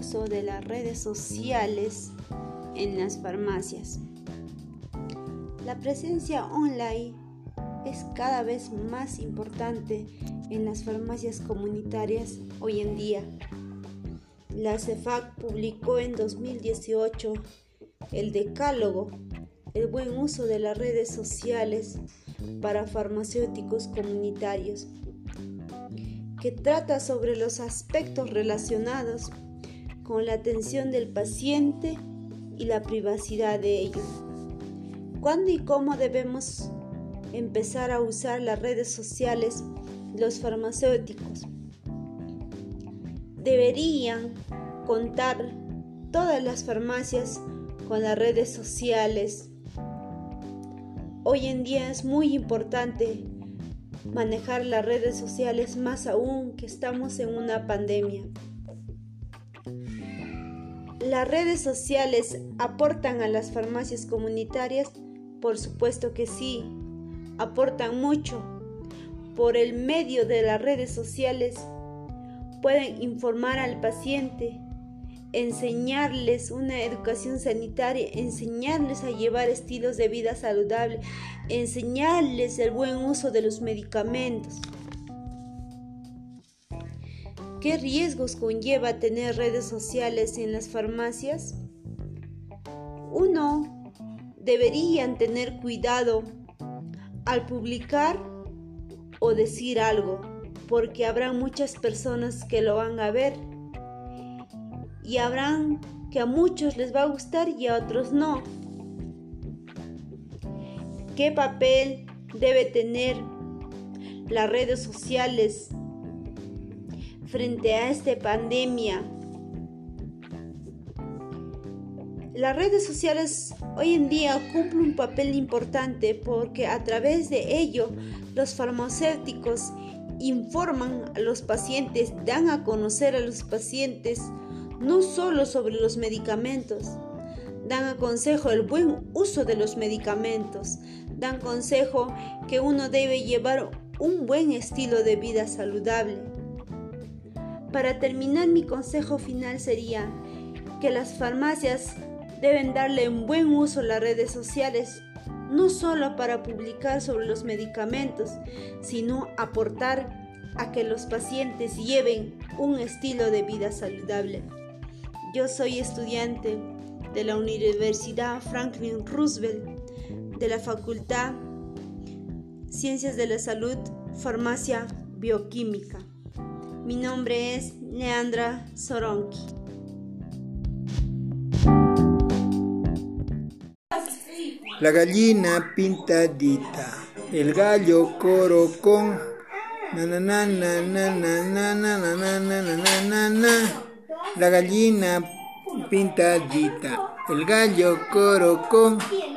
uso de las redes sociales en las farmacias. La presencia online es cada vez más importante en las farmacias comunitarias hoy en día. La CEFAC publicó en 2018 el Decálogo, el buen uso de las redes sociales para farmacéuticos comunitarios, que trata sobre los aspectos relacionados con la atención del paciente y la privacidad de ellos. ¿Cuándo y cómo debemos empezar a usar las redes sociales los farmacéuticos? Deberían contar todas las farmacias con las redes sociales. Hoy en día es muy importante manejar las redes sociales, más aún que estamos en una pandemia. ¿Las redes sociales aportan a las farmacias comunitarias? Por supuesto que sí, aportan mucho. Por el medio de las redes sociales pueden informar al paciente, enseñarles una educación sanitaria, enseñarles a llevar estilos de vida saludables, enseñarles el buen uso de los medicamentos. ¿Qué riesgos conlleva tener redes sociales en las farmacias? Uno, deberían tener cuidado al publicar o decir algo, porque habrá muchas personas que lo van a ver y habrán que a muchos les va a gustar y a otros no. ¿Qué papel debe tener las redes sociales frente a esta pandemia? Las redes sociales hoy en día cumplen un papel importante porque a través de ello los farmacéuticos informan a los pacientes, dan a conocer a los pacientes no solo sobre los medicamentos, dan a consejo el buen uso de los medicamentos, dan consejo que uno debe llevar un buen estilo de vida saludable. Para terminar, mi consejo final sería que las farmacias deben darle un buen uso a las redes sociales, no solo para publicar sobre los medicamentos, sino aportar a que los pacientes lleven un estilo de vida saludable. Yo soy estudiante de la Universidad Franklin Roosevelt, de la Facultad Ciencias de la Salud, Farmacia Bioquímica. Mi nombre es Leandra Soronki. La gallina pintadita, el gallo coro con na na na na na na na na na na na na. La gallina pintadita, el gallo coro con